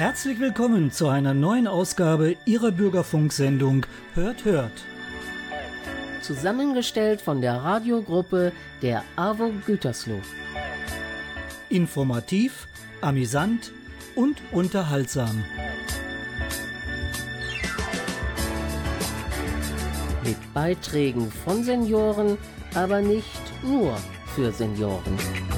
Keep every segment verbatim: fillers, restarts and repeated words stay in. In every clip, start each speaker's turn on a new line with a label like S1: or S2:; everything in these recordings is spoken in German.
S1: Herzlich willkommen zu einer neuen Ausgabe Ihrer Bürgerfunksendung Hört, hört.
S2: Zusammengestellt von der Radiogruppe der A W O Gütersloh.
S1: Informativ, amüsant und unterhaltsam.
S2: Mit Beiträgen von Senioren, aber nicht nur für Senioren.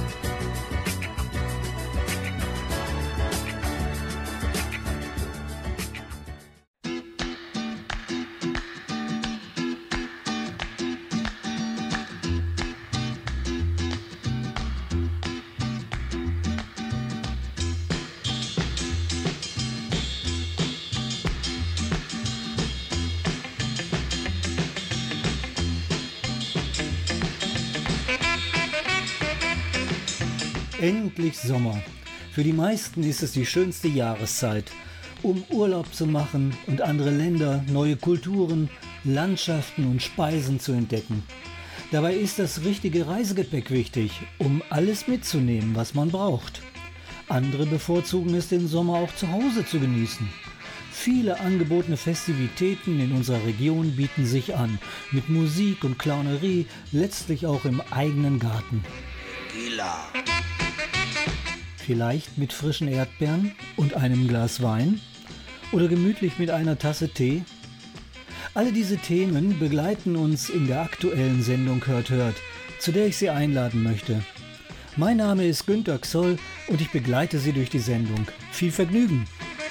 S1: Endlich Sommer. Für die meisten ist es die schönste Jahreszeit, um Urlaub zu machen und andere Länder, neue Kulturen, Landschaften und Speisen zu entdecken. Dabei ist das richtige Reisegepäck wichtig, um alles mitzunehmen, was man braucht. Andere bevorzugen es, den Sommer auch zu Hause zu genießen. Viele angebotene Festivitäten in unserer Region bieten sich an, mit Musik und Clownerie, letztlich auch im eigenen Garten.
S3: Gila.
S1: Vielleicht mit frischen Erdbeeren und einem Glas Wein oder gemütlich mit einer Tasse Tee. Alle diese Themen begleiten uns in der aktuellen Sendung Hört, hört, zu der ich Sie einladen möchte. Mein Name ist Günter Xoll und ich begleite Sie durch die Sendung. Viel Vergnügen!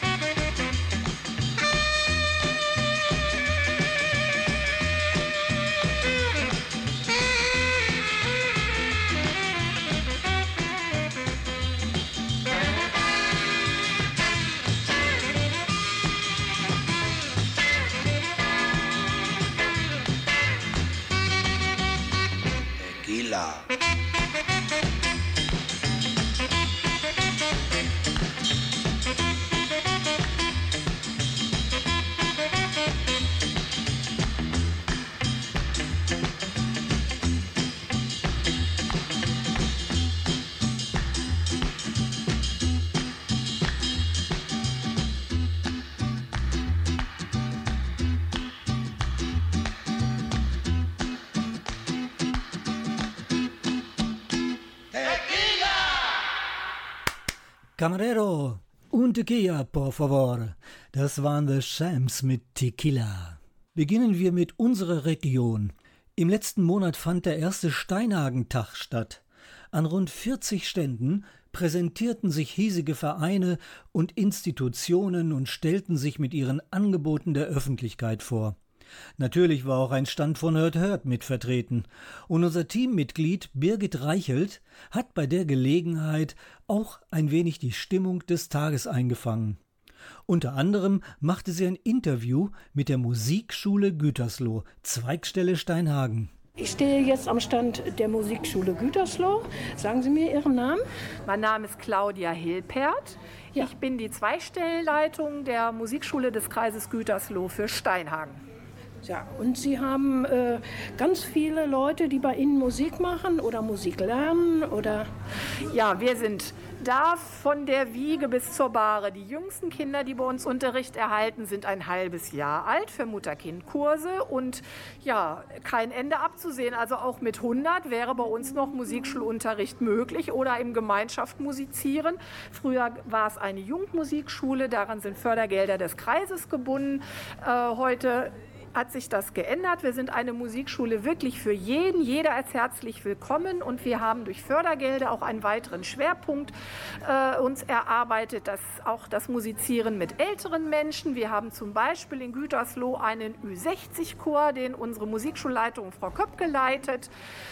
S1: Camarero, un tequila, por favor. Das waren The Shams mit Tequila. Beginnen wir mit unserer Region. Im letzten Monat fand der erste Steinhagen-Tag statt. An rund vierzig Ständen präsentierten sich hiesige Vereine und Institutionen und stellten sich mit ihren Angeboten der Öffentlichkeit vor. Natürlich war auch ein Stand von Hört, hört mit vertreten. Und unser Teammitglied Birgit Reichelt hat bei der Gelegenheit auch ein wenig die Stimmung des Tages eingefangen. Unter anderem machte sie ein Interview mit der Musikschule Gütersloh, Zweigstelle Steinhagen.
S4: Ich stehe jetzt am Stand der Musikschule Gütersloh. Sagen Sie mir Ihren Namen?
S5: Mein Name ist Claudia Hilpert. Ja. Ich bin die Zweigstellenleitung der Musikschule des Kreises Gütersloh für Steinhagen.
S4: Ja, und Sie haben äh, ganz viele Leute, die bei Ihnen Musik machen oder Musik lernen, oder?
S5: Ja, wir sind da von der Wiege bis zur Bahre. Die jüngsten Kinder, die bei uns Unterricht erhalten, sind ein halbes Jahr alt für Mutter-Kind-Kurse und ja, kein Ende abzusehen. Also auch mit hundert wäre bei uns noch Musikschulunterricht möglich oder im Gemeinschaft musizieren. Früher war es eine Jugendmusikschule, daran sind Fördergelder des Kreises gebunden. Äh, heute hat sich das geändert. Wir sind eine Musikschule wirklich für jeden. Jeder ist herzlich willkommen und wir haben durch Fördergelder auch einen weiteren Schwerpunkt äh, uns erarbeitet, dass auch das Musizieren mit älteren Menschen. Wir haben zum Beispiel in Gütersloh einen Ü sechzig Chor, den unsere Musikschulleitung Frau Köpke leitet.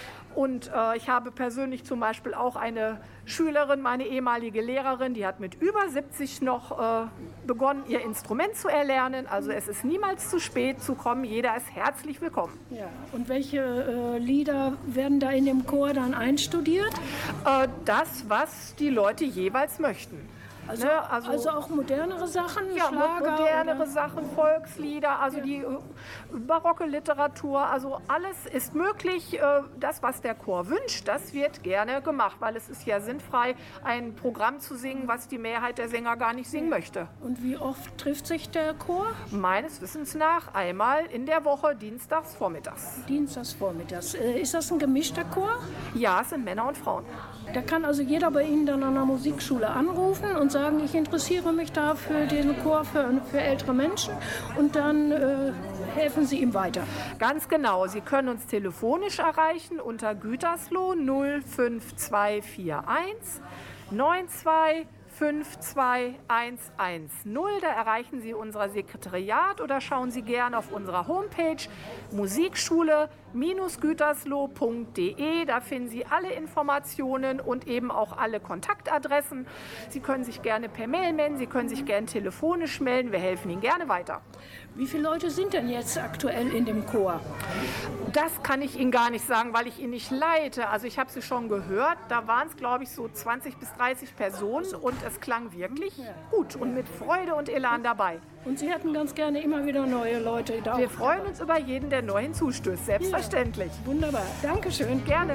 S5: Und äh, ich habe persönlich zum Beispiel auch eine Schülerin, meine ehemalige Lehrerin, die hat mit über siebzig noch äh, begonnen, ihr Instrument zu erlernen. Also es ist niemals zu spät zu kommen, jeder ist herzlich willkommen.
S4: Ja. Und welche äh, Lieder werden da in dem Chor dann einstudiert?
S5: Äh, das, was die Leute jeweils möchten.
S4: Also,
S5: ne?
S4: also, also auch modernere Sachen,
S5: ja,
S4: Schlager?
S5: modernere
S4: oder?
S5: Sachen, Volkslieder, also
S4: Ja.
S5: die äh, barocke Literatur, also alles ist möglich. Äh, das, was der Chor wünscht, das wird gerne gemacht, weil es ist ja sinnfrei, ein Programm zu singen, was die Mehrheit der Sänger gar nicht singen möchte.
S4: Und wie oft trifft sich der Chor?
S5: Meines Wissens nach einmal in der Woche, dienstags, vormittags.
S4: Dienstags vormittags. Äh, ist das ein gemischter Chor?
S5: Ja, es sind Männer und Frauen.
S4: Da kann also jeder bei Ihnen dann an der Musikschule anrufen und sagen, ich interessiere mich da für den Chor für, für ältere Menschen und dann äh, helfen Sie ihm weiter.
S5: Ganz genau. Sie können uns telefonisch erreichen unter Gütersloh null fünf zwei vier eins neun zwei fünf zwei eins eins null. Da erreichen Sie unser Sekretariat oder schauen Sie gerne auf unserer Homepage musikschule gütersloh punkt de. Da finden Sie alle Informationen und eben auch alle Kontaktadressen. Sie können sich gerne per Mail melden, Sie können sich gerne telefonisch melden. Wir helfen Ihnen gerne weiter.
S4: Wie viele Leute sind denn jetzt aktuell in dem Chor?
S5: Das kann ich Ihnen gar nicht sagen, weil ich ihn nicht leite. Also ich habe sie schon gehört. Da waren es, glaube ich, so zwanzig bis dreißig Personen und es klang wirklich gut und mit Freude und Elan dabei.
S4: Und Sie hätten ganz gerne immer wieder neue Leute da.
S5: Wir
S4: auch
S5: freuen
S4: dabei.
S5: uns über jeden, der neu hinzustößt. Selbstverständlich.
S4: Wunderbar. Dankeschön.
S5: Gerne.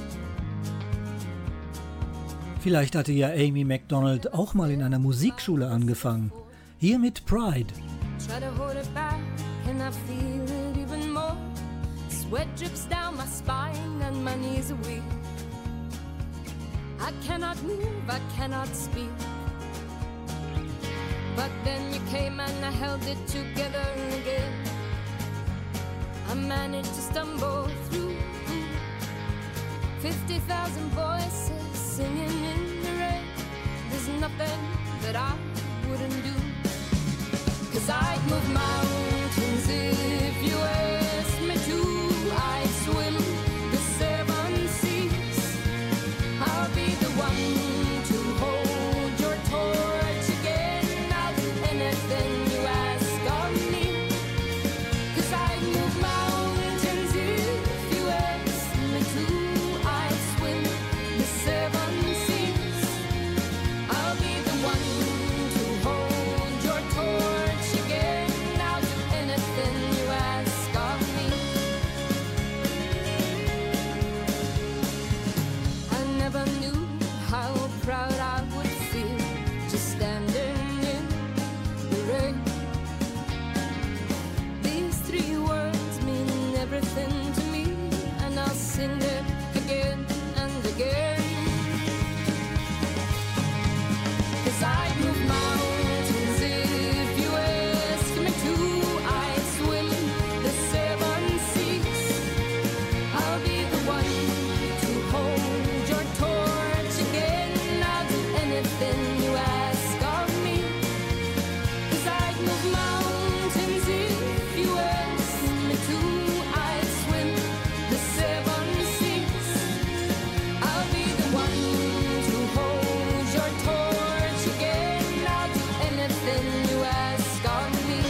S1: Vielleicht hatte ja Amy Macdonald auch mal in einer Musikschule angefangen. Hier mit Pride.
S3: Try to hold it back and I feel it even more. Sweat drips down my spine and my knees are weak. I cannot move, I cannot speak. But then you came and I held it together again. I managed to stumble through. Fifty thousand voices singing in the rain. There's nothing that I wouldn't do. 'Cause I'd move mountains if you asked me to. I'd swim the seven seas. I'll be the one to hold your torch again. I'll do anything you ask of me. 'Cause I'd move mountains if you asked me to. I'd swim the seven seas. I'll be the one to hold your torch again. I'll do anything you ask of me. I never knew how proud I would feel just standing in the rain. These three words mean everything to me, and I'll sing it again and again. 'Cause I'd move mountains if you ask me to. I'd swim the seven seas. I'll be the one to hold your torch again. I'll do anything you ask of me. 'Cause I'd move mountains if you ask me to. I'd swim the seven seas. I'll be the one to hold your torch again. I'll do anything you ask of me.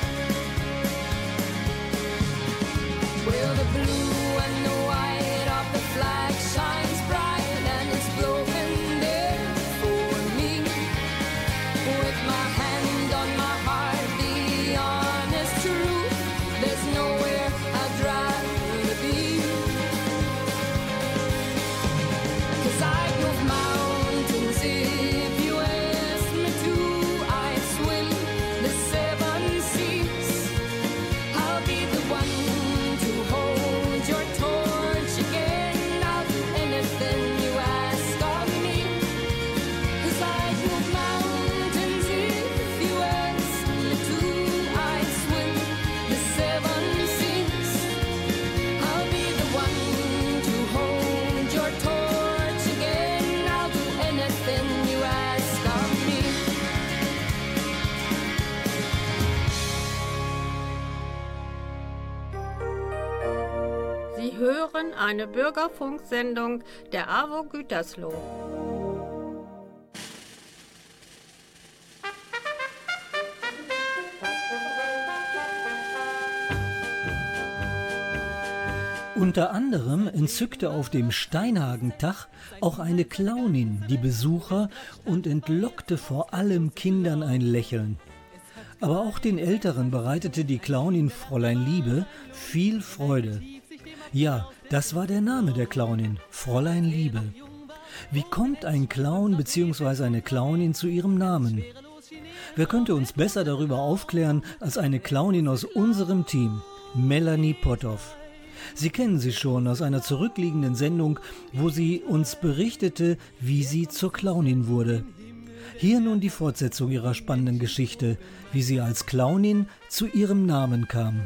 S3: Well, the blue and the white of the flag shines bright and it's blowing there for me. With my hand on my heart, the honest truth, there's nowhere I'd rather be. 'Cause I'd move mountains if you asked me to. I'd swim the seven seas. I'll be the one to hold your torch again. I'll do anything you ask of me. 'Cause I'd move mountains if you asked me to. I'd swim the seven seas. I'll be the one to hold your torch again. I'll do anything you ask of me.
S6: Sie hören eine Bürgerfunksendung der A W O Gütersloh.
S1: Unter anderem entzückte auf dem Steinhagentag auch eine Clownin die Besucher und entlockte vor allem Kindern ein Lächeln. Aber auch den Älteren bereitete die Clownin Fräulein Liebe viel Freude. Ja, das war der Name der Clownin, Fräulein Liebe. Wie kommt ein Clown bzw. eine Clownin zu ihrem Namen? Wer könnte uns besser darüber aufklären als eine Clownin aus unserem Team, Melanie Potthoff. Sie kennen sie schon aus einer zurückliegenden Sendung, wo sie uns berichtete, wie sie zur Clownin wurde. Hier nun die Fortsetzung ihrer spannenden Geschichte, wie sie als Clownin zu ihrem Namen kam.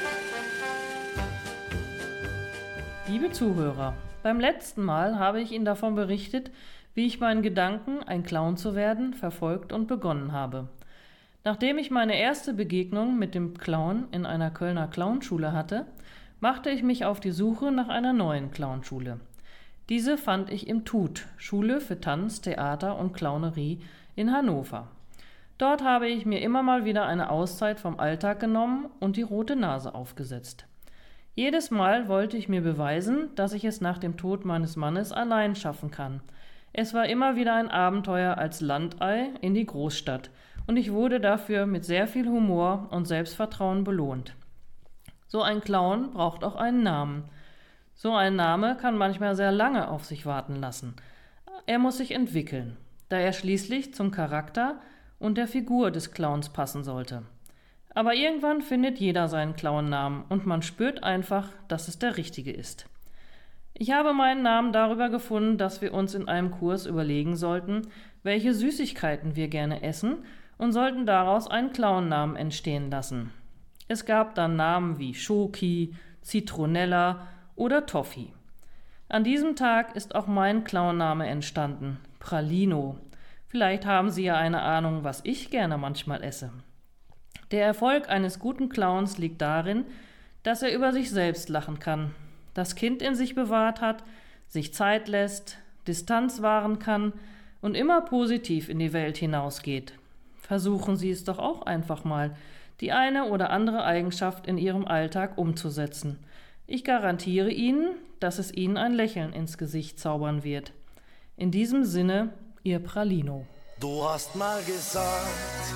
S7: Liebe Zuhörer, beim letzten Mal habe ich Ihnen davon berichtet, wie ich meinen Gedanken, ein Clown zu werden, verfolgt und begonnen habe. Nachdem ich meine erste Begegnung mit dem Clown in einer Kölner Clownschule hatte, machte ich mich auf die Suche nach einer neuen Clownschule. Diese fand ich im T U T, Schule für Tanz, Theater und Clownerie in Hannover. Dort habe ich mir immer mal wieder eine Auszeit vom Alltag genommen und die rote Nase aufgesetzt. Jedes Mal wollte ich mir beweisen, dass ich es nach dem Tod meines Mannes allein schaffen kann. Es war immer wieder ein Abenteuer als Landei in die Großstadt und ich wurde dafür mit sehr viel Humor und Selbstvertrauen belohnt. So ein Clown braucht auch einen Namen. So ein Name kann manchmal sehr lange auf sich warten lassen. Er muss sich entwickeln, da er schließlich zum Charakter und der Figur des Clowns passen sollte. Aber irgendwann findet jeder seinen Clownnamen und man spürt einfach, dass es der richtige ist. Ich habe meinen Namen darüber gefunden, dass wir uns in einem Kurs überlegen sollten, welche Süßigkeiten wir gerne essen und sollten daraus einen Clownnamen entstehen lassen. Es gab dann Namen wie Schoki, Zitronella oder Toffee. An diesem Tag ist auch mein Clownname entstanden, Pralino. Vielleicht haben Sie ja eine Ahnung, was ich gerne manchmal esse. Der Erfolg eines guten Clowns liegt darin, dass er über sich selbst lachen kann, das Kind in sich bewahrt hat, sich Zeit lässt, Distanz wahren kann und immer positiv in die Welt hinausgeht. Versuchen Sie es doch auch einfach mal, die eine oder andere Eigenschaft in Ihrem Alltag umzusetzen. Ich garantiere Ihnen, dass es Ihnen ein Lächeln ins Gesicht zaubern wird. In diesem Sinne, Ihr Pralino.
S8: Du hast mal gesagt,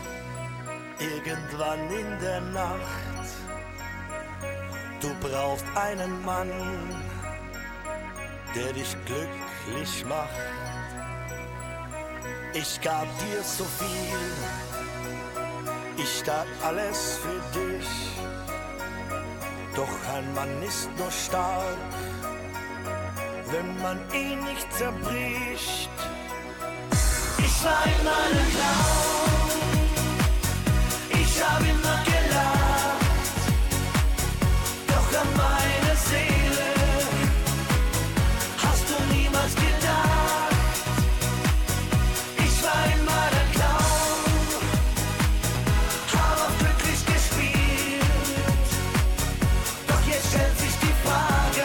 S8: irgendwann in der Nacht, du brauchst einen Mann, der dich glücklich macht. Ich gab dir so viel, ich tat alles für dich, doch ein Mann ist nur stark, wenn man ihn nicht zerbricht. Ich war immer ein Clown, ich hab immer gelacht, doch an meine Seele hast du niemals gedacht. Ich war immer der Clown, hab auch glücklich gespielt, doch jetzt stellt sich die Frage,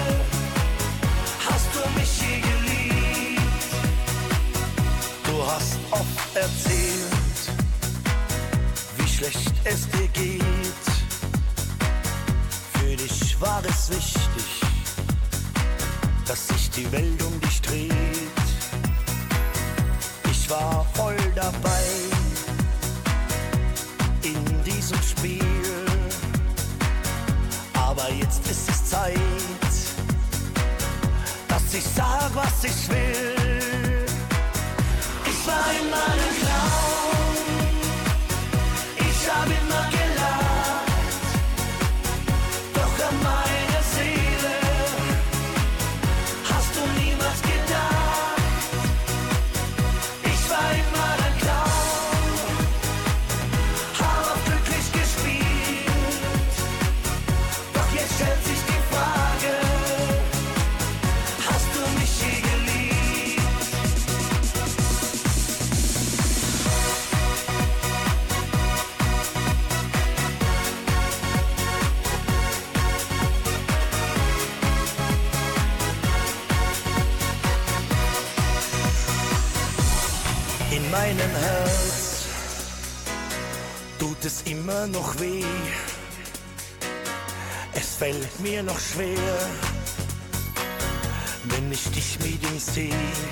S8: hast du mich je geliebt? Du hast oft erzählt, wie schlecht es dir geht. Für dich war es wichtig, dass sich die Welt um dich dreht. Ich war voll dabei in diesem Spiel, aber jetzt ist es Zeit, dass ich sag, was ich will. Ich war immer ein Clown, ich hab immer gelacht, doch an meine Seele hast du niemals gedacht. Ich war immer ein Clown, hab auch glücklich gespielt, doch jetzt stellt sich die Frage, hast du mich je geliebt? In meinem Herz tut es immer noch weh. Es fällt mir noch schwer, wenn ich dich Meeting sehe.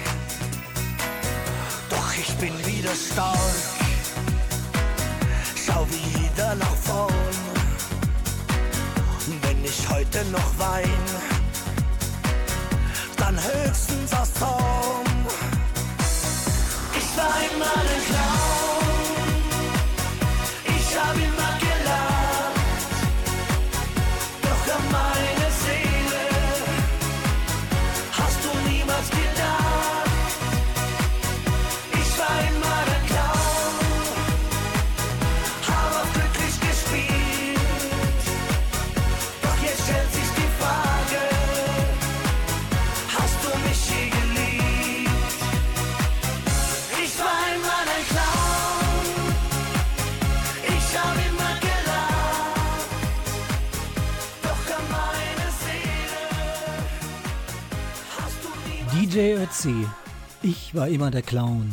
S8: Doch ich bin wieder stark, schau wieder nach vorn. Wenn ich heute noch wein, dann höchstens aus Zorn. Ich war immer ein Clown, ich hab immer gelacht, doch an meine Seele hast du niemals gedacht. Ich war immer ein Clown, hab auch glücklich gespielt, doch jetzt stellt sich die Frage, hast du mich je geliebt? Ich war immer ein Clown, ich hab immer gelacht, doch an meine Seele hast du niemals.
S1: D J Ötzi, ich war immer der Clown.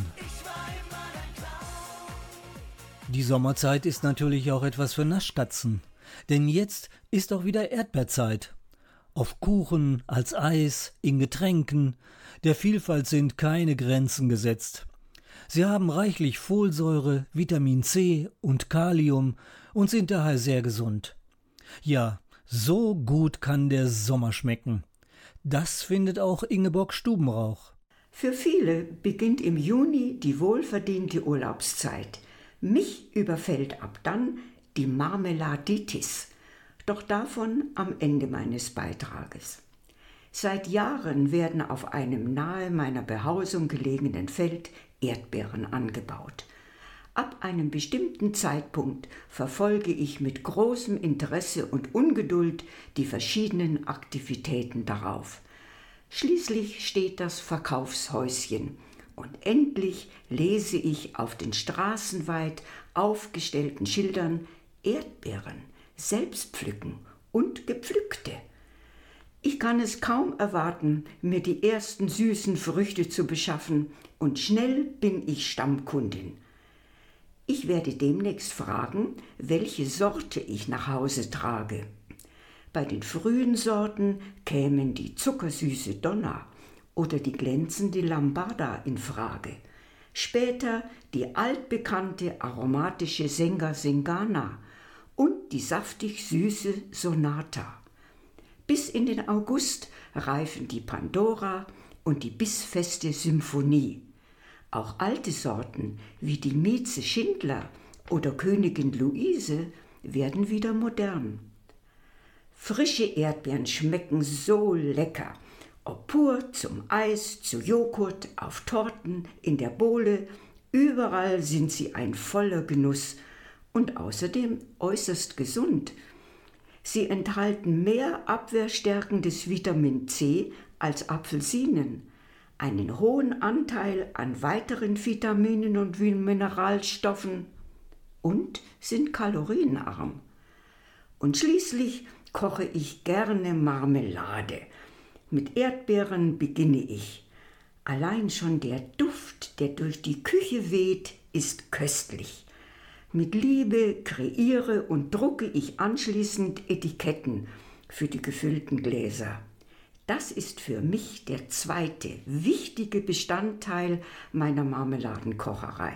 S1: Die Sommerzeit ist natürlich auch etwas für Naschkatzen, denn jetzt ist auch wieder Erdbeerzeit. Auf Kuchen, als Eis, in Getränken, der Vielfalt sind keine Grenzen gesetzt. Sie haben reichlich Folsäure, Vitamin C und Kalium und sind daher sehr gesund. Ja, so gut kann der Sommer schmecken. Das findet auch Ingeborg Stubenrauch.
S9: Für viele beginnt im Juni die wohlverdiente Urlaubszeit. Mich überfällt ab dann die Marmeladitis. Doch davon am Ende meines Beitrages. Seit Jahren werden auf einem nahe meiner Behausung gelegenen Feld Erdbeeren angebaut. Ab einem bestimmten Zeitpunkt verfolge ich mit großem Interesse und Ungeduld die verschiedenen Aktivitäten darauf. Schließlich steht das Verkaufshäuschen und endlich lese ich auf den straßenweit aufgestellten Schildern Erdbeeren, selbst pflücken und gepflückte. Ich kann es kaum erwarten, mir die ersten süßen Früchte zu beschaffen, und schnell bin ich Stammkundin. Ich werde demnächst fragen, welche Sorte ich nach Hause trage. Bei den frühen Sorten kämen die zuckersüße Donna oder die glänzende Lambada in Frage. Später die altbekannte aromatische Senga Sengana und die saftig süße Sonata. Bis in den August reifen die Pandora und die bissfeste Symphonie. Auch alte Sorten wie die Mieze Schindler oder Königin Luise werden wieder modern. Frische Erdbeeren schmecken so lecker, ob pur, zum Eis, zu Joghurt, auf Torten, in der Bowle, überall sind sie ein voller Genuss und außerdem äußerst gesund. Sie enthalten mehr abwehrstärkendes Vitamin C als Apfelsinen, einen hohen Anteil an weiteren Vitaminen und Mineralstoffen und sind kalorienarm. Und schließlich koche ich gerne Marmelade. Mit Erdbeeren beginne ich. Allein schon der Duft, der durch die Küche weht, ist köstlich. Mit Liebe kreiere und drucke ich anschließend Etiketten für die gefüllten Gläser. Das ist für mich der zweite wichtige Bestandteil meiner Marmeladenkocherei.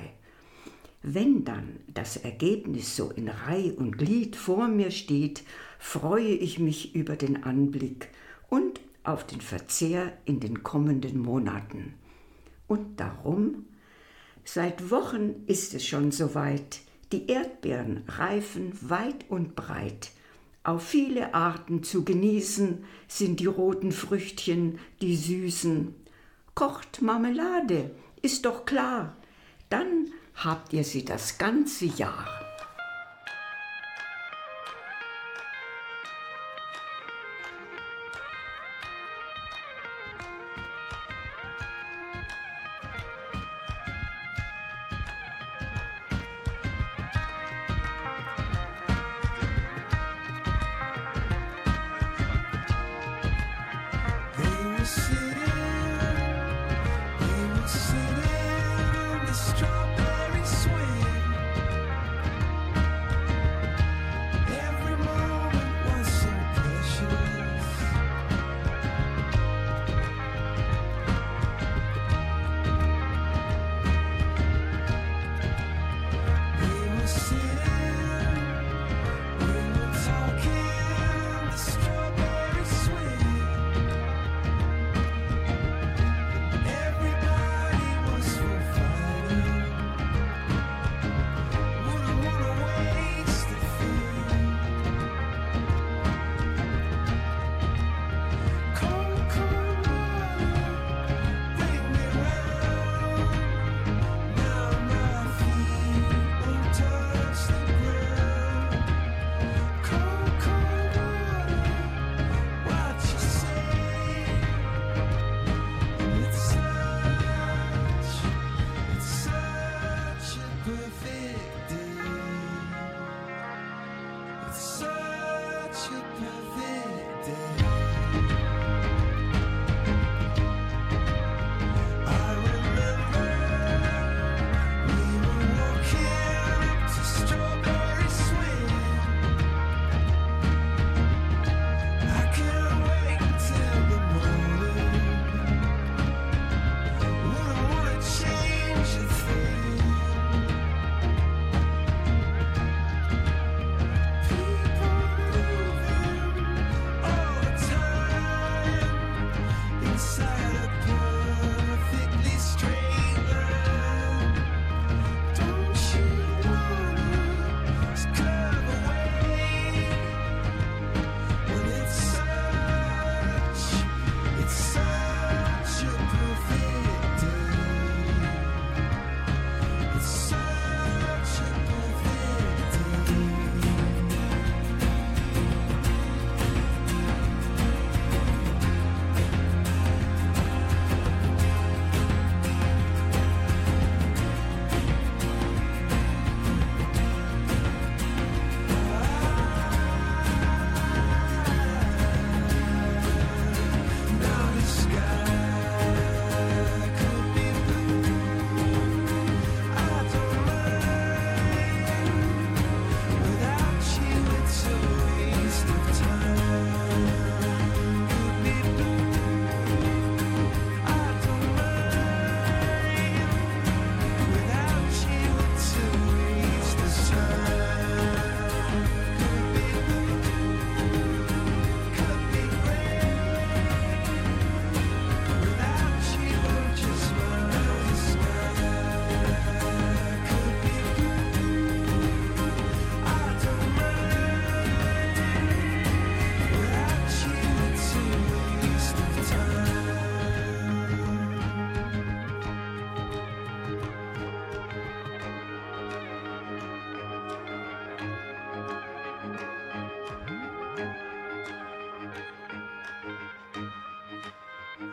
S9: Wenn dann das Ergebnis so in Reih und Glied vor mir steht, freue ich mich über den Anblick und auf den Verzehr in den kommenden Monaten. Und darum, seit Wochen ist es schon soweit, die Erdbeeren reifen weit und breit. Auf viele Arten zu genießen sind die roten Früchtchen, die süßen. Kocht Marmelade, ist doch klar, dann habt ihr sie das ganze Jahr.
S8: Strawberry swing.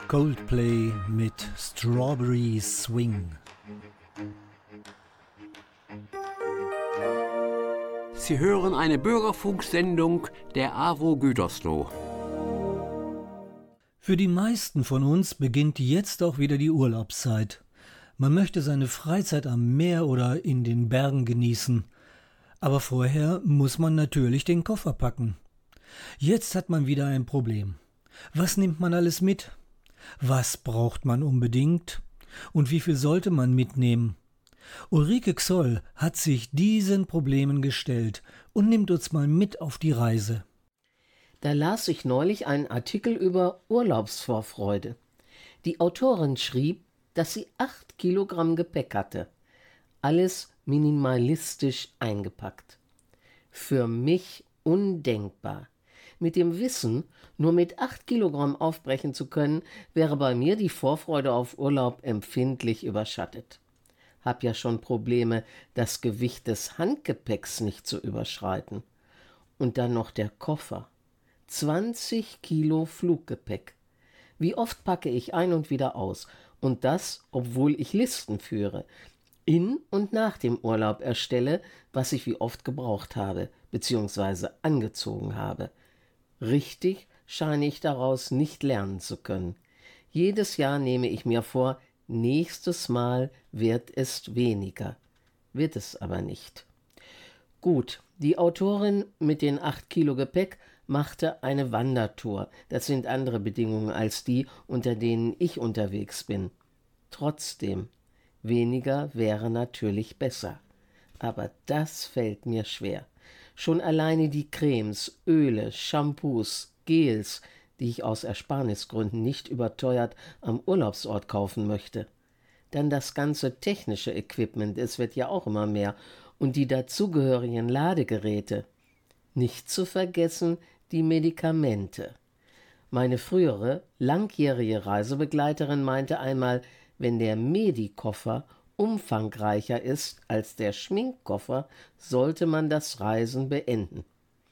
S1: Coldplay mit Strawberry Swing.
S10: Sie hören eine Bürgerfunksendung der A W O Gütersloh.
S1: Für die meisten von uns beginnt jetzt auch wieder die Urlaubszeit. Man möchte seine Freizeit am Meer oder in den Bergen genießen. Aber vorher muss man natürlich den Koffer packen. Jetzt hat man wieder ein Problem. Was nimmt man alles mit? Was braucht man unbedingt? Und wie viel sollte man mitnehmen? Ulrike Xoll hat sich diesen Problemen gestellt und nimmt uns mal mit auf die Reise.
S2: Da las ich neulich einen Artikel über Urlaubsvorfreude. Die Autorin schrieb, dass sie acht Kilogramm Gepäck hatte. Alles minimalistisch eingepackt. Für mich undenkbar. Mit dem Wissen, nur mit acht Kilogramm aufbrechen zu können, wäre bei mir die Vorfreude auf Urlaub empfindlich überschattet. Hab ja schon Probleme, das Gewicht des Handgepäcks nicht zu überschreiten. Und dann noch der Koffer. zwanzig Kilo Fluggepäck. Wie oft packe ich ein und wieder aus? Und das, obwohl ich Listen führe. In und nach dem Urlaub erstelle, was ich wie oft gebraucht habe, beziehungsweise angezogen habe. Richtig scheine ich daraus nicht lernen zu können. Jedes Jahr nehme ich mir vor, nächstes Mal wird es weniger. Wird es aber nicht. Gut, die Autorin mit den acht Kilo Gepäck machte eine Wandertour. Das sind andere Bedingungen als die, unter denen ich unterwegs bin. Trotzdem, weniger wäre natürlich besser. Aber das fällt mir schwer. Schon alleine die Cremes, Öle, Shampoos, Gels, die ich aus Ersparnisgründen nicht überteuert am Urlaubsort kaufen möchte. Dann das ganze technische Equipment, es wird ja auch immer mehr, und die dazugehörigen Ladegeräte. Nicht zu vergessen die Medikamente. Meine frühere, langjährige Reisebegleiterin meinte einmal, wenn der Medikoffer umfangreicher ist als der Schminkkoffer, sollte man das Reisen beenden.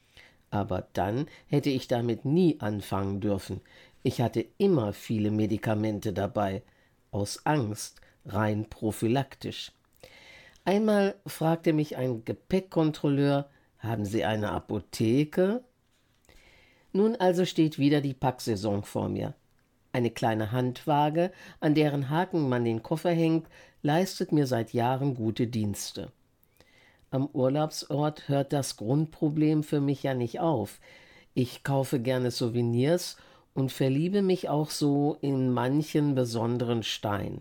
S2: Aber dann hätte ich damit nie anfangen dürfen. Ich hatte immer viele Medikamente dabei, aus Angst, rein prophylaktisch. Einmal fragte mich ein Gepäckkontrolleur, haben Sie eine Apotheke? Nun also steht wieder die Packsaison vor mir. Eine kleine Handwaage, an deren Haken man den Koffer hängt, leistet mir seit Jahren gute Dienste. Am Urlaubsort hört das Grundproblem für mich ja nicht auf. Ich kaufe gerne Souvenirs und verliebe mich auch so in manchen besonderen Stein.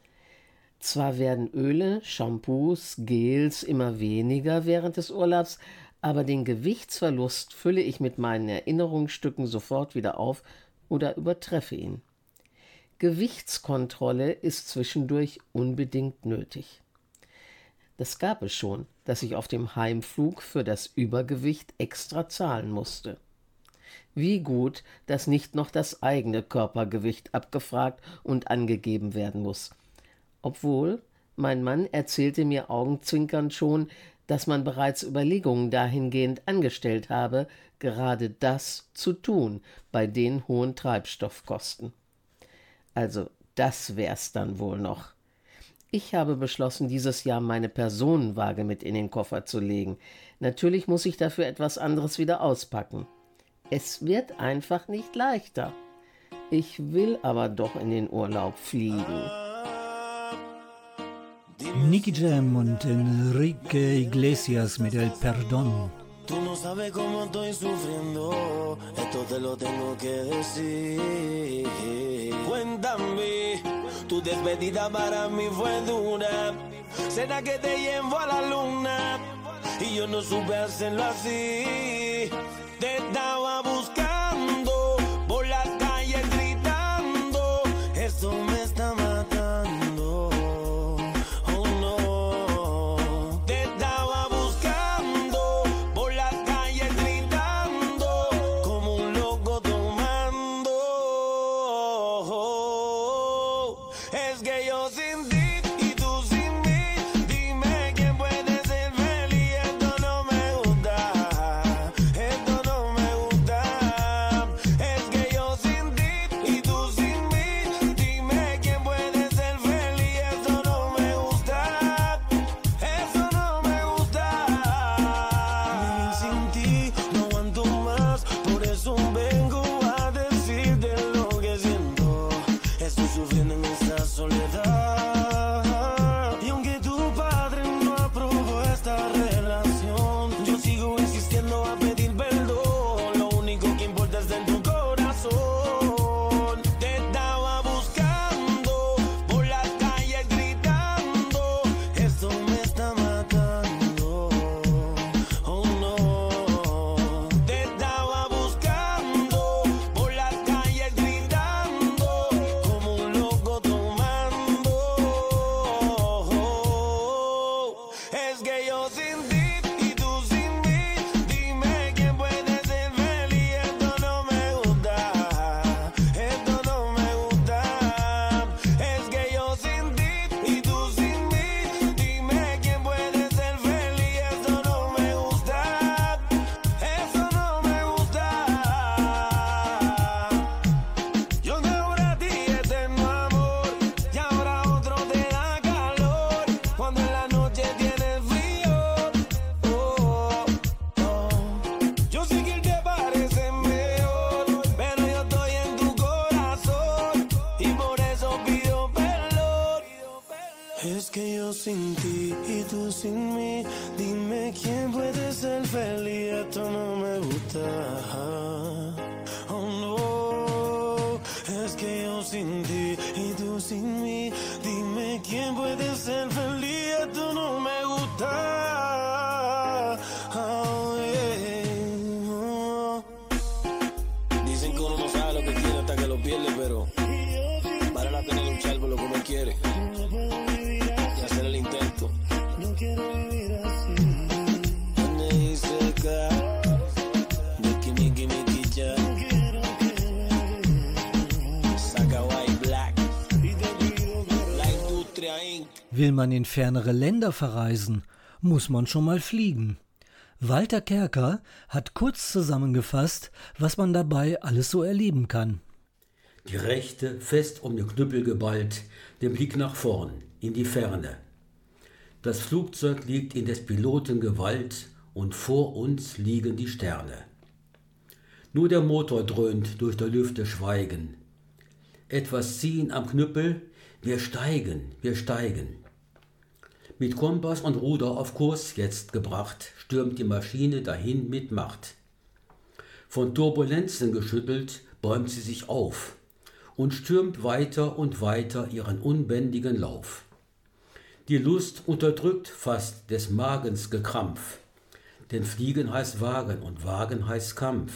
S2: Zwar werden Öle, Shampoos, Gels immer weniger während des Urlaubs, aber den Gewichtsverlust fülle ich mit meinen Erinnerungsstücken sofort wieder auf oder übertreffe ihn. Gewichtskontrolle ist zwischendurch unbedingt nötig. Das gab es schon, dass ich auf dem Heimflug für das Übergewicht extra zahlen musste. Wie gut, dass nicht noch das eigene Körpergewicht abgefragt und angegeben werden muss. Obwohl, mein Mann erzählte mir augenzwinkernd schon, dass man bereits Überlegungen dahingehend angestellt habe, gerade das zu tun bei den hohen Treibstoffkosten. Also das wär's dann wohl noch. Ich habe beschlossen, dieses Jahr meine Personenwaage mit in den Koffer zu legen. Natürlich muss ich dafür etwas anderes wieder auspacken. Es wird einfach nicht leichter. Ich will aber doch in den Urlaub fliegen.
S1: Nicky Jam und Enrique Iglesias mit El Perdón.
S11: Tú no sabes cómo estoy sufriendo, esto te lo tengo que decir. Cuéntame, tu despedida para mí fue dura. ¿Será que te llevo a la luna? Y yo no supe hacerlo así. Te estaba buscando por las calles gritando, eso me está matando. Oh no, te estaba buscando por las calles gritando como un loco tomando. Es que yo sin ti y tú sin mí, dime quién puede ser feliz. Esto no me gusta, esto no me gusta. Es que yo sin ti y tú sin mí, que yo sin ti y tú sin mí, dime quién puede ser feliz, esto no me gusta. Oh no, es que yo sin ti y tú sin mí, dime quién puede ser feliz, esto no me gusta. Oh, yeah. Oh. Dicen que uno no sabe lo que quiere hasta que lo pierde, pero vale la pena luchar por lo que uno quiere.
S1: Will man in fernere Länder verreisen, muss man schon mal fliegen. Walter Kerker hat kurz zusammengefasst, was man dabei alles so erleben kann.
S12: Die Rechte fest um den Knüppel geballt, den Blick nach vorn, in die Ferne. Das Flugzeug liegt in des Piloten Gewalt und vor uns liegen die Sterne. Nur der Motor dröhnt durch der Lüfte Schweigen. Etwas ziehen am Knüppel, wir steigen, wir steigen. Mit Kompass und Ruder auf Kurs jetzt gebracht, stürmt die Maschine dahin mit Macht. Von Turbulenzen geschüttelt, bäumt sie sich auf und stürmt weiter und weiter ihren unbändigen Lauf. Die Lust unterdrückt fast des Magens Gekrampf, denn Fliegen heißt Wagen und Wagen heißt Kampf.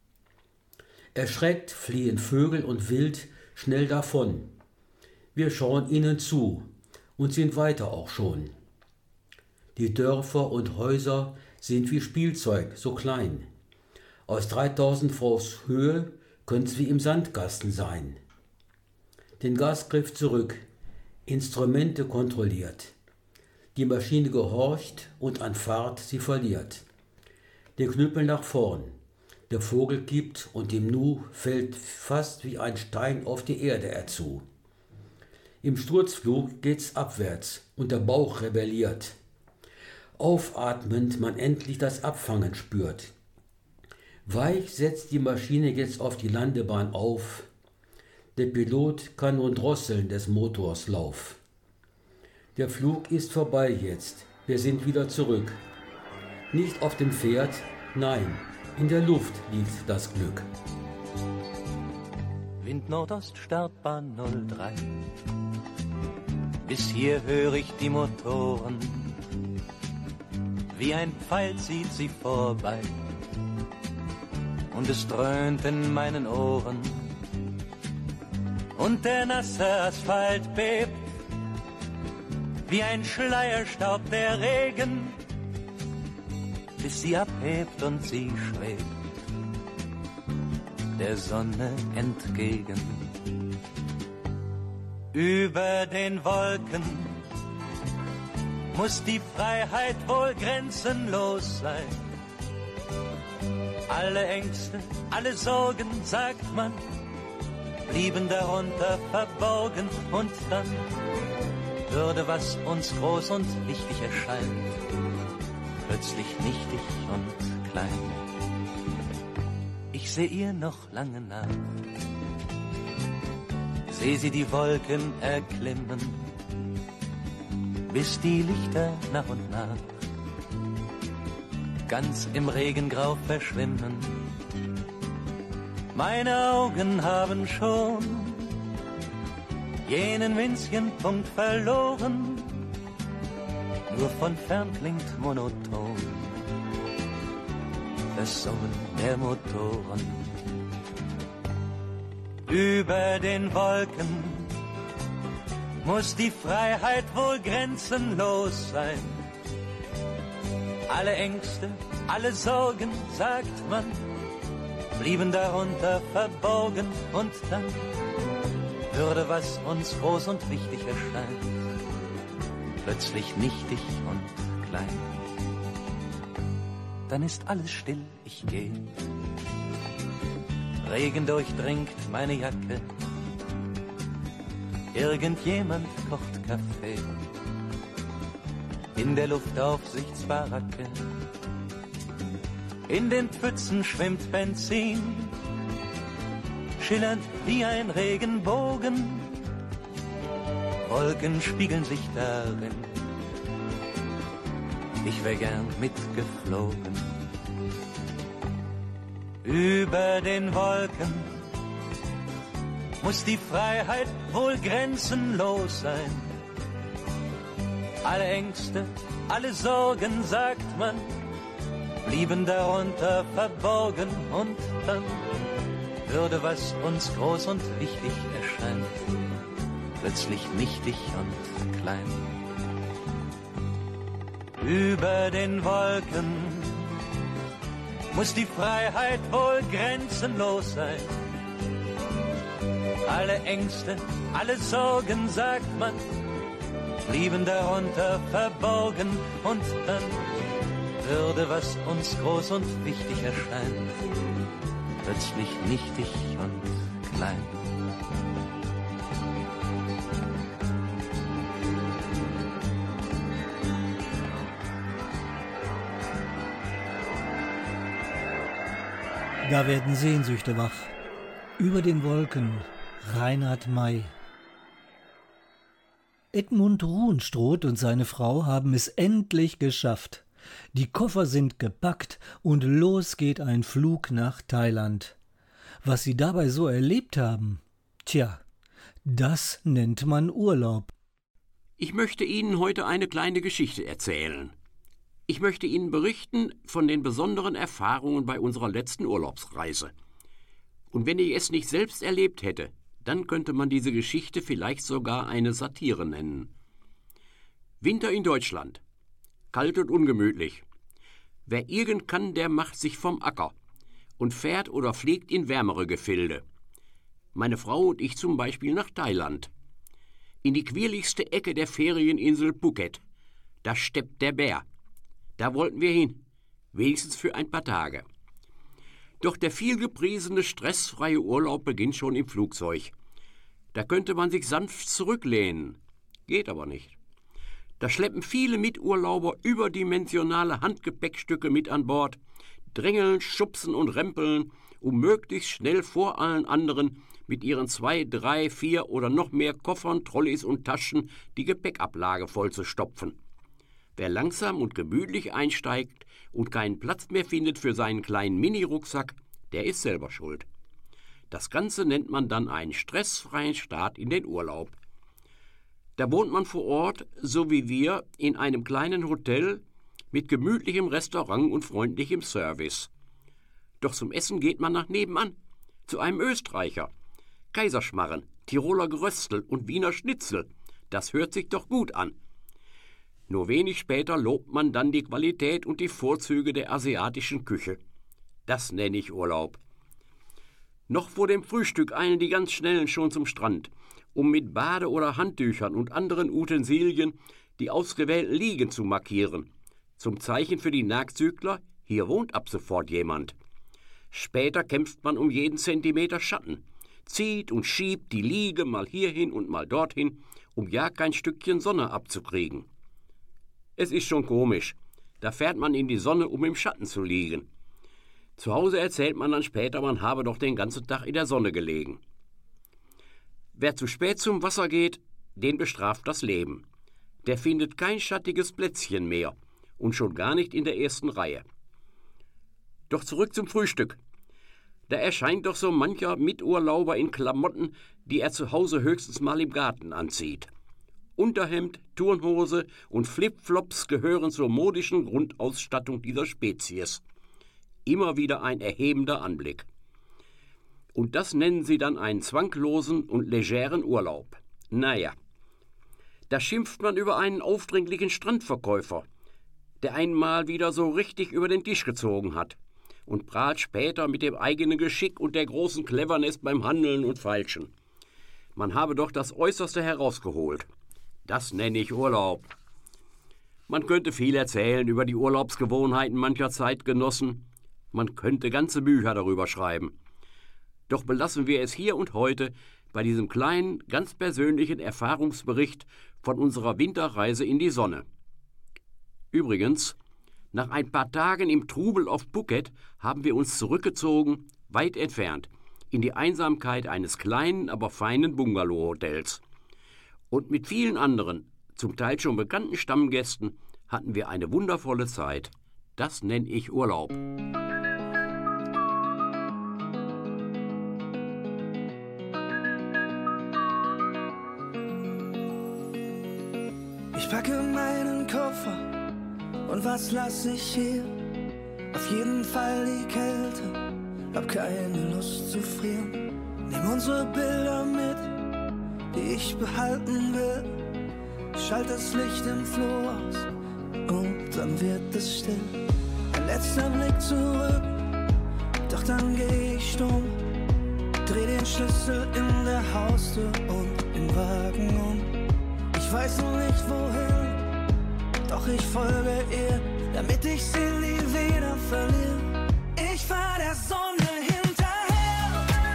S12: Erschreckt fliehen Vögel und Wild schnell davon. Wir schauen ihnen zu und sind weiter auch schon. Die Dörfer und Häuser sind wie Spielzeug, so klein. Aus dreitausend Fuß Höhe können's wie im Sandkasten sein. Den Gasgriff zurück, Instrumente kontrolliert. Die Maschine gehorcht und an Fahrt sie verliert. Den Knüppel nach vorn. Der Vogel gibt und im Nu fällt fast wie ein Stein auf die Erde herzu. Im Sturzflug geht's abwärts und der Bauch rebelliert. Aufatmend man endlich das Abfangen spürt. Weich setzt die Maschine jetzt auf die Landebahn auf. Der Pilot kann nun drosseln des Motors Lauf. Der Flug ist vorbei jetzt, wir sind wieder zurück. Nicht auf dem Pferd, nein, in der Luft liegt das Glück.
S13: Wind Nordost, Startbahn null drei. Bis hier höre ich die Motoren. Wie ein Pfeil zieht sie vorbei. Und es dröhnt in meinen Ohren. Und der nasse Asphalt bebt. Wie ein Schleierstaub der Regen. Bis sie abhebt und sie schwebt der Sonne entgegen. Über den Wolken muss die Freiheit wohl grenzenlos sein. Alle Ängste, alle Sorgen, sagt man, blieben darunter verborgen. Und dann würde, was uns groß und wichtig erscheint, plötzlich nichtig und klein. Ich seh ihr noch lange nach, seh sie die Wolken erklimmen, bis die Lichter nach und nach ganz im Regengrau verschwimmen. Meine Augen haben schon jenen winzigen Punkt verloren, nur von fern klingt monoton das Summen der Motoren. Über den Wolken muss die Freiheit wohl grenzenlos sein. Alle Ängste, alle Sorgen, sagt man, blieben darunter verborgen. Und dann würde, was uns groß und wichtig erscheint, plötzlich nichtig und klein. Dann ist alles still, ich geh. Regen durchdringt meine Jacke. Irgendjemand kocht Kaffee in der Luftaufsichtsbaracke. In den Pfützen schwimmt Benzin, schillernd wie ein Regenbogen. Wolken spiegeln sich darin. Ich wär gern mitgeflogen. Über den Wolken muss die Freiheit wohl grenzenlos sein. Alle Ängste, alle Sorgen, sagt man, blieben darunter verborgen und dann würde, was uns groß und wichtig erscheint, plötzlich nichtig und klein. Über den Wolken muss die Freiheit wohl grenzenlos sein. Alle Ängste, alle Sorgen, sagt man, blieben darunter verborgen und dann würde, was uns groß und wichtig erscheint, plötzlich nichtig und klein.
S1: Da werden Sehnsüchte wach. Über den Wolken, Reinhard May. Edmund Ruhenstroth und seine Frau haben es endlich geschafft. Die Koffer sind gepackt und los geht ein Flug nach Thailand. Was sie dabei so erlebt haben, tja, das nennt man Urlaub.
S10: Ich möchte Ihnen heute eine kleine Geschichte erzählen. Ich möchte Ihnen berichten von den besonderen Erfahrungen bei unserer letzten Urlaubsreise. Und wenn ich es nicht selbst erlebt hätte, dann könnte man diese Geschichte vielleicht sogar eine Satire nennen. Winter in Deutschland. Kalt und ungemütlich. Wer irgend kann, der macht sich vom Acker und fährt oder fliegt in wärmere Gefilde. Meine Frau und ich zum Beispiel nach Thailand. In die quirligste Ecke der Ferieninsel Phuket. Da steppt der Bär. Da wollten wir hin, wenigstens für ein paar Tage. Doch der vielgepriesene stressfreie Urlaub beginnt schon im Flugzeug. Da könnte man sich sanft zurücklehnen. Geht aber nicht. Da schleppen viele Miturlauber überdimensionale Handgepäckstücke mit an Bord, drängeln, schubsen und rempeln, um möglichst schnell vor allen anderen mit ihren zwei, drei, vier oder noch mehr Koffern, Trolleys und Taschen die Gepäckablage vollzustopfen. Wer langsam und gemütlich einsteigt und keinen Platz mehr findet für seinen kleinen Mini-Rucksack, der ist selber schuld. Das Ganze nennt man dann einen stressfreien Start in den Urlaub. Da wohnt man vor Ort, so wie wir, in einem kleinen Hotel mit gemütlichem Restaurant und freundlichem Service. Doch zum Essen geht man nach nebenan, zu einem Österreicher. Kaiserschmarren, Tiroler Geröstel und Wiener Schnitzel, das hört sich doch gut an. Nur wenig später lobt man dann die Qualität und die Vorzüge der asiatischen Küche. Das nenne ich Urlaub. Noch vor dem Frühstück eilen die ganz Schnellen schon zum Strand, um mit Bade- oder Handtüchern und anderen Utensilien die ausgewählten Liegen zu markieren. Zum Zeichen für die Nachzügler, hier wohnt ab sofort jemand. Später kämpft man um jeden Zentimeter Schatten, zieht und schiebt die Liege mal hierhin und mal dorthin, um ja kein Stückchen Sonne abzukriegen. Es ist schon komisch. Da fährt man in die Sonne, um im Schatten zu liegen. Zu Hause erzählt man dann später, man habe doch den ganzen Tag in der Sonne gelegen. Wer zu spät zum Wasser geht, den bestraft das Leben. Der findet kein schattiges Plätzchen mehr und schon gar nicht in der ersten Reihe. Doch zurück zum Frühstück. Da erscheint doch so mancher Miturlauber in Klamotten, die er zu Hause höchstens mal im Garten anzieht. Unterhemd, Turnhose und Flipflops gehören zur modischen Grundausstattung dieser Spezies. Immer wieder ein erhebender Anblick. Und das nennen sie dann einen zwanglosen und legeren Urlaub. Naja, da schimpft man über einen aufdringlichen Strandverkäufer, der einen mal wieder so richtig über den Tisch gezogen hat und prahlt später mit dem eigenen Geschick und der großen Cleverness beim Handeln und Feilschen. Man habe doch das Äußerste herausgeholt. Das nenne ich Urlaub. Man könnte viel erzählen über die Urlaubsgewohnheiten mancher Zeitgenossen. Man könnte ganze Bücher darüber schreiben. Doch belassen wir es hier und heute bei diesem kleinen, ganz persönlichen Erfahrungsbericht von unserer Winterreise in die Sonne. Übrigens, nach ein paar Tagen im Trubel auf Phuket haben wir uns zurückgezogen, weit entfernt, in die Einsamkeit eines kleinen, aber feinen Bungalow-Hotels. Und mit vielen anderen, zum Teil schon bekannten Stammgästen, hatten wir eine wundervolle Zeit. Das nenne ich Urlaub.
S11: Ich packe meinen Koffer und was lass ich hier? Auf jeden Fall die Kälte, hab keine Lust zu frieren. Nimm unsere Bilder mit, die ich behalten will. Schalt das Licht im Flur aus und dann wird es still. Ein letzter Blick zurück, doch dann geh ich stumm. Dreh den Schlüssel in der Haustür und den Wagen um. Ich weiß noch nicht wohin, doch ich folge ihr, damit ich sie nie wieder verliere. Ich fahr der Sonne hinterher,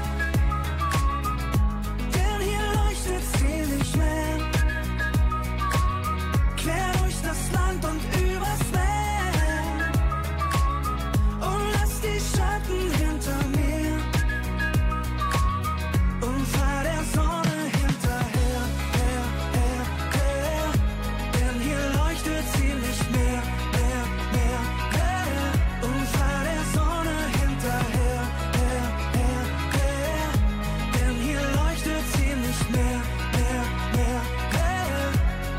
S11: denn hier leuchtet sie nicht mehr. Quer durch das Land und übers Meer und lass die Schatten hinter mir und fahr der Sonne hinterher, her, her, her, denn hier leuchtet sie nicht mehr, mehr, mehr, her, und fahr der Sonne hinterher, her, her, her, denn hier leuchtet sie nicht mehr, mehr, mehr, her.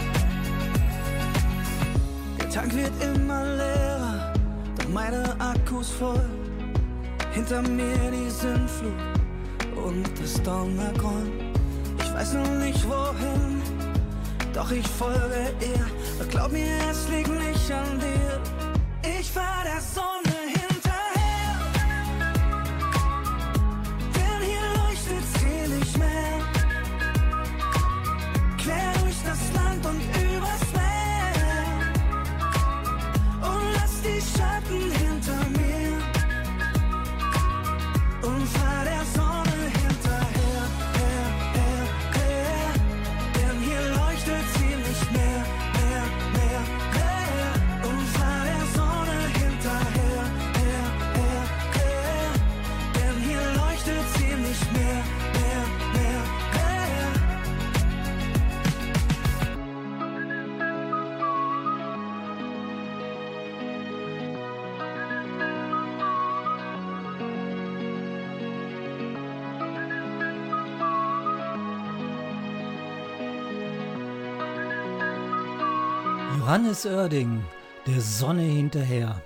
S11: Der Tank wird immer leerer, doch meine Akkus voll. Hinter mir die Sintflut und das Donnergrund. Ich weiß noch nicht wohin, doch ich folge ihr. Doch glaub mir, es liegt nicht an dir. Ich fahr der Sonne hinterher, denn hier leuchtet sie nicht mehr. Quer durch das Land und übers Meer und lass die Schatten hinter mir und fahr der Sonne hinterher, her, her, her, denn hier leuchtet sie nicht mehr, mehr, mehr, her, und fahr der Sonne hinterher, her, her, her, denn hier leuchtet sie nicht mehr, mehr, mehr, her.
S1: Johannes Oerding, der Sonne hinterher.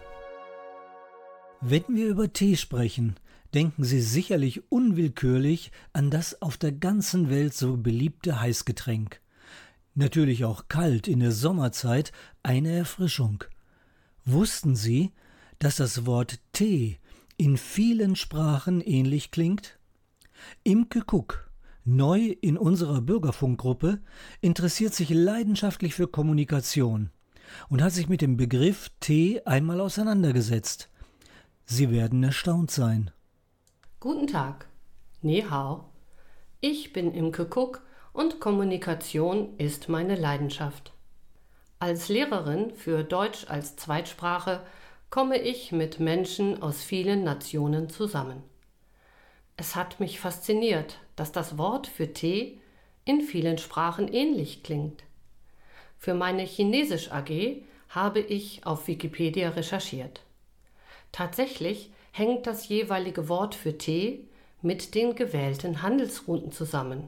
S1: Wenn wir über Tee sprechen, denken Sie sicherlich unwillkürlich an das auf der ganzen Welt so beliebte Heißgetränk. Natürlich auch kalt in der Sommerzeit eine Erfrischung. Wussten Sie, dass das Wort Tee in vielen Sprachen ähnlich klingt? Imke Kuck, neu in unserer Bürgerfunkgruppe, interessiert sich leidenschaftlich für Kommunikation und hat sich mit dem Begriff Tee einmal auseinandergesetzt. Sie werden erstaunt sein.
S14: Guten Tag, Ni hao. Ich bin Imke Kuck und Kommunikation ist meine Leidenschaft. Als Lehrerin für Deutsch als Zweitsprache komme ich mit Menschen aus vielen Nationen zusammen. Es hat mich fasziniert, dass das Wort für Tee in vielen Sprachen ähnlich klingt. Für meine Chinesisch-A G habe ich auf Wikipedia recherchiert. Tatsächlich hängt das jeweilige Wort für Tee mit den gewählten Handelsrouten zusammen.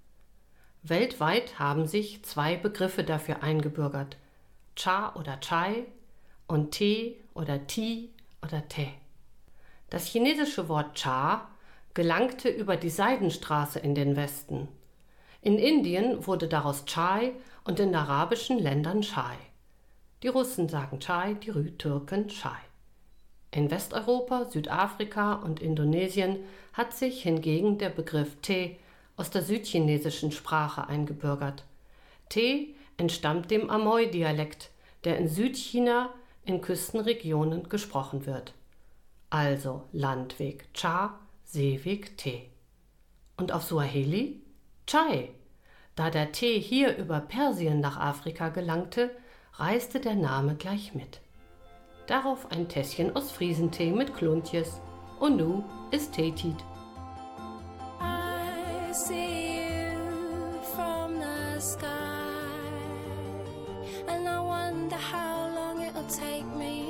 S14: Weltweit haben sich zwei Begriffe dafür eingebürgert: Cha oder Chai und Tee oder Ti oder Te. Das chinesische Wort Cha gelangte über die Seidenstraße in den Westen. In Indien wurde daraus Chai und in arabischen Ländern Chai. Die Russen sagen Chai, die Türken Chai. In Westeuropa, Südafrika und Indonesien hat sich hingegen der Begriff Tee aus der südchinesischen Sprache eingebürgert. Tee entstammt dem Amoy-Dialekt, der in Südchina in Küstenregionen gesprochen wird. Also Landweg Cha, Seeweg Tee. Und auf Suaheli Chai. Da der Tee hier über Persien nach Afrika gelangte, reiste der Name gleich mit. Darauf ein Tässchen aus Friesentee mit Klontjes. Und nu ist Teetied.
S3: I see you from the sky.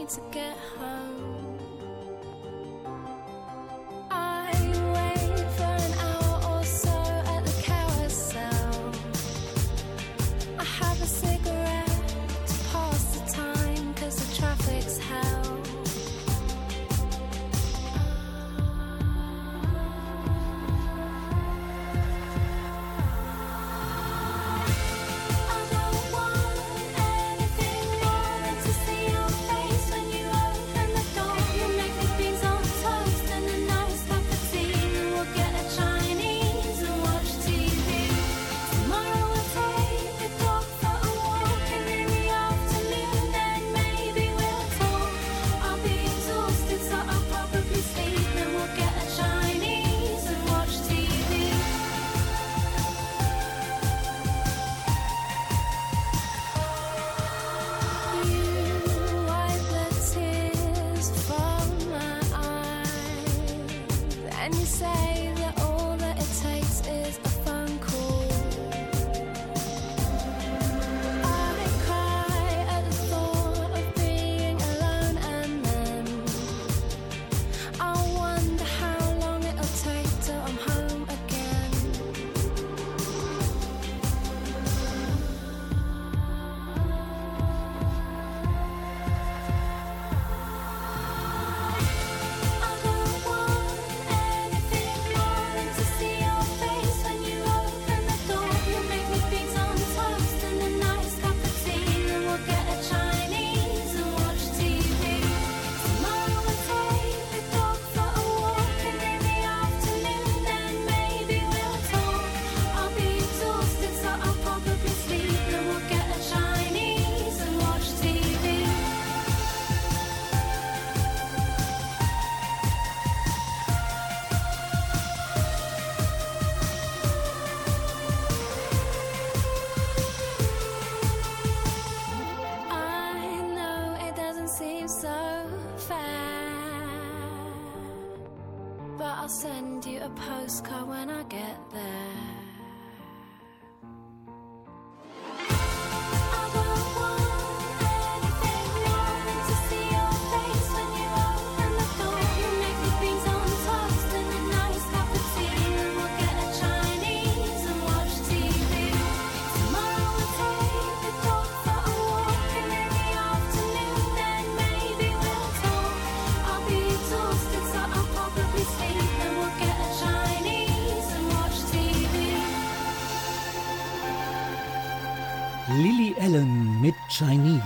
S3: me to get home. I wait for an hour or so at the carousel. I have a cigarette to pass the time, 'cause the traffic's hell. I'll send you a postcard when I get there.
S1: Lily Allen mit Chinese.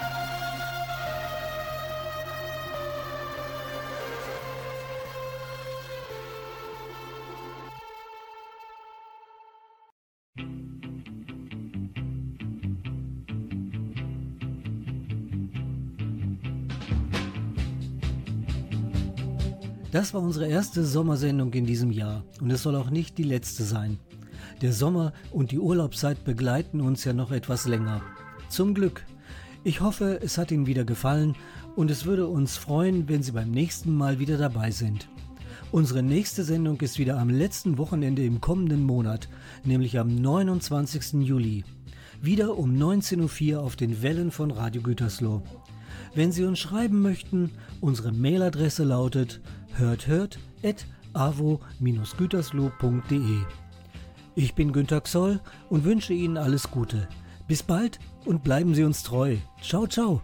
S1: Das war unsere erste Sommersendung in diesem Jahr und es soll auch nicht die letzte sein. Der Sommer und die Urlaubszeit begleiten uns ja noch etwas länger. Zum Glück. Ich hoffe, es hat Ihnen wieder gefallen und es würde uns freuen, wenn Sie beim nächsten Mal wieder dabei sind. Unsere nächste Sendung ist wieder am letzten Wochenende im kommenden Monat, nämlich am neunundzwanzigsten Juli. Wieder um neunzehn Uhr vier auf den Wellen von Radio Gütersloh. Wenn Sie uns schreiben möchten, unsere Mailadresse lautet hörthört at avo dash gütersloh punkt de. Ich bin Günter Xoll und wünsche Ihnen alles Gute. Bis bald und bleiben Sie uns treu. Ciao, ciao.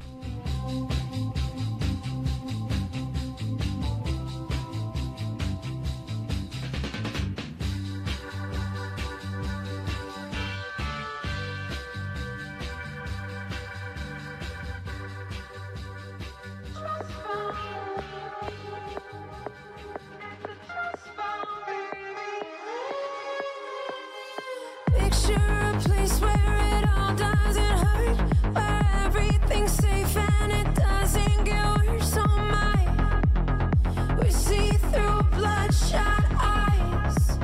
S3: Picture a place where it all doesn't hurt, where everything's safe and it doesn't get worse. Oh my, we see through bloodshot eyes.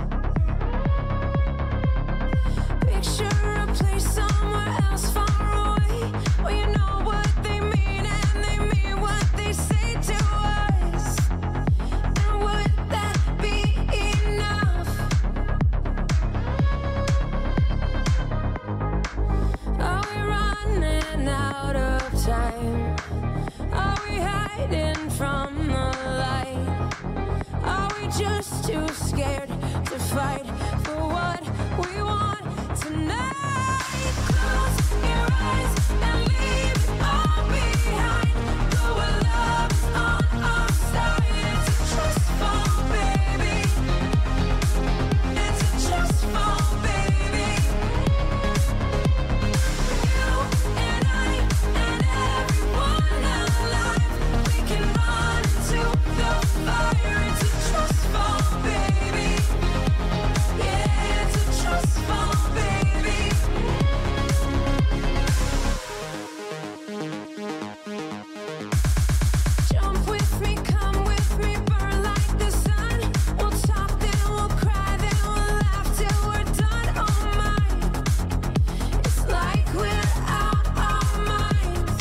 S3: Picture a place somewhere else far away, where you know what they mean and they mean what they say to us. And would that be enough? just too scared to fight for what we want tonight. Close your eyes and leave it all behind. Go where love is on our side. It's a trust fall, baby. It's a trust fall, baby. You and I and everyone alive, we can run into the fire. It's a trust fall, baby. Yeah, it's a trust fall, baby. Jump with me, come with me, burn like the sun. We'll talk, then we'll cry, then we'll laugh till we're done. Oh my, it's like we're out our minds.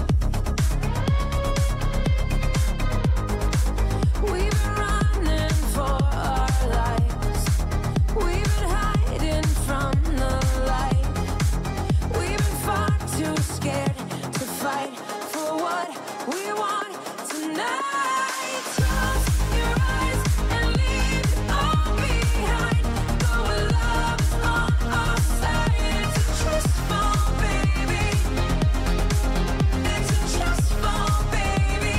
S3: We've been running for our lives. We've been hiding from the light. We've been far too scared to fight for what we want tonight. Close your eyes and leave it all behind. Go where love is on our side. It's a trust fall, baby. It's a trust fall, baby.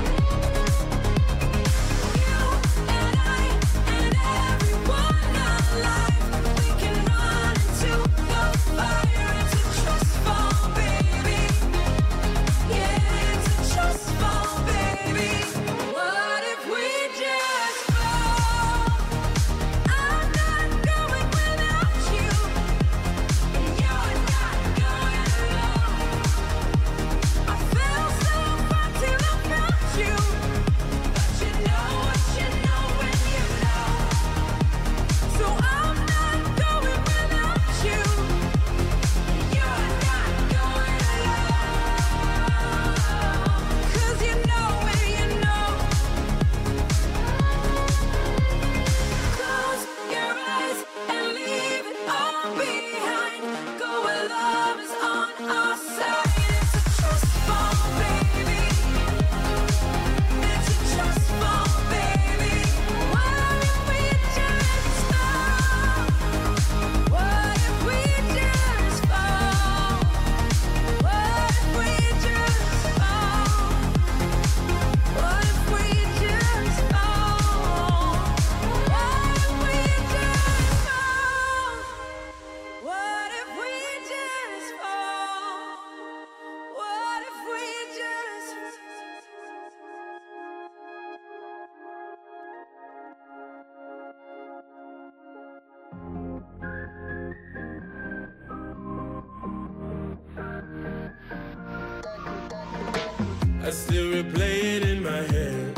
S3: You and I and everyone alive, we can run into the fire. It's a trust fall, baby. Yeah, it's a trust fall, baby. What if we just fall? I'm not going without you, and you're not going alone. I fell so far till I found you, but you know what you know when you know. So I'm not going without you, and you're not going alone. 'Cause you know when you know. Close your eyes and leave it all behind. Go where love is on our side. It's a trust fall, baby. It's a trust fall, baby. What if we just fall? What if we just fall? What if we just fall? What if we just fall? What if we just fall? What if we just fall? What if we just
S15: I still replay it in my head.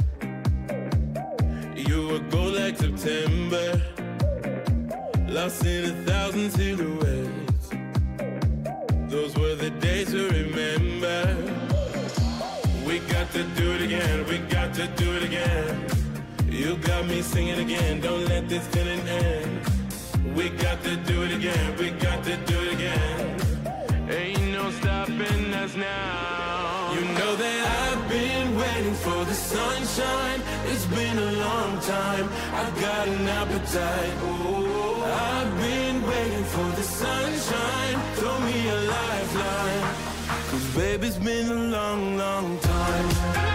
S15: You were gold like September, lost in a thousand silhouettes. Those were the days to remember. We got to do it again, we got to do it again. You got me singing again, don't let this feeling end. We got to do it again, we got to do it again. Ain't no stopping us now. You know that I've been waiting for the sunshine. It's been a long time, I've got an appetite. Oh, I've been waiting for the sunshine. Throw me a lifeline, 'cause baby, it's been a long, long time.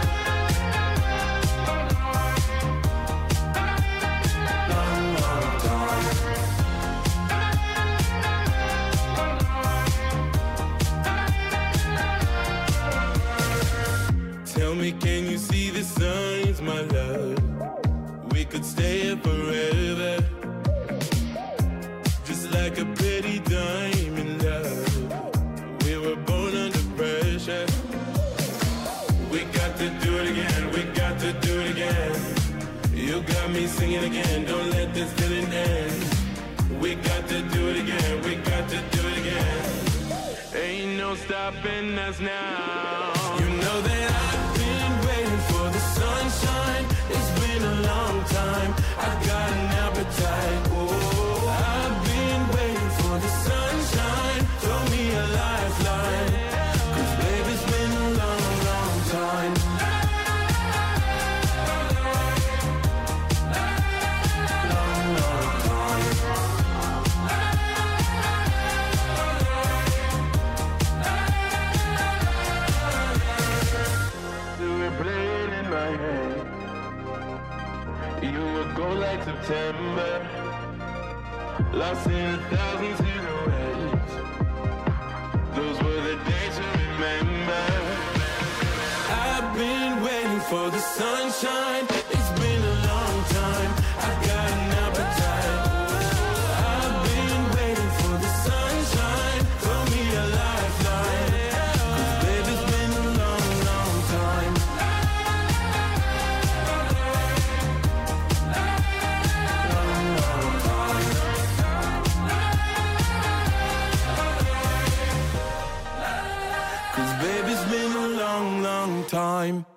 S15: Long, long time. Tell me, can you see the signs, my love? We could stay here forever, just like a pretty diamond, love. We were born under pressure. We got to do it again, we got to do it again. You got me singing again, don't let this feeling end. We got to do it again, we got to do it again. Ain't no stopping us now. You know that I've been waiting for the sunshine. It's been a long time, I've got an appetite. Oh, I've been waiting for the sunshine. Throw me a lifeline, 'cause baby, it's been a long, long time. September, lost in a thousand silhouettes. Those were the days to remember. I've been waiting for the sunshine. It's been a long time. I've got an appetite. I've been waiting for the sunshine. Throw me a lifeline. 'Cause baby, it's been a long, long time. Long, long time. Cause baby, it's been a long, long time.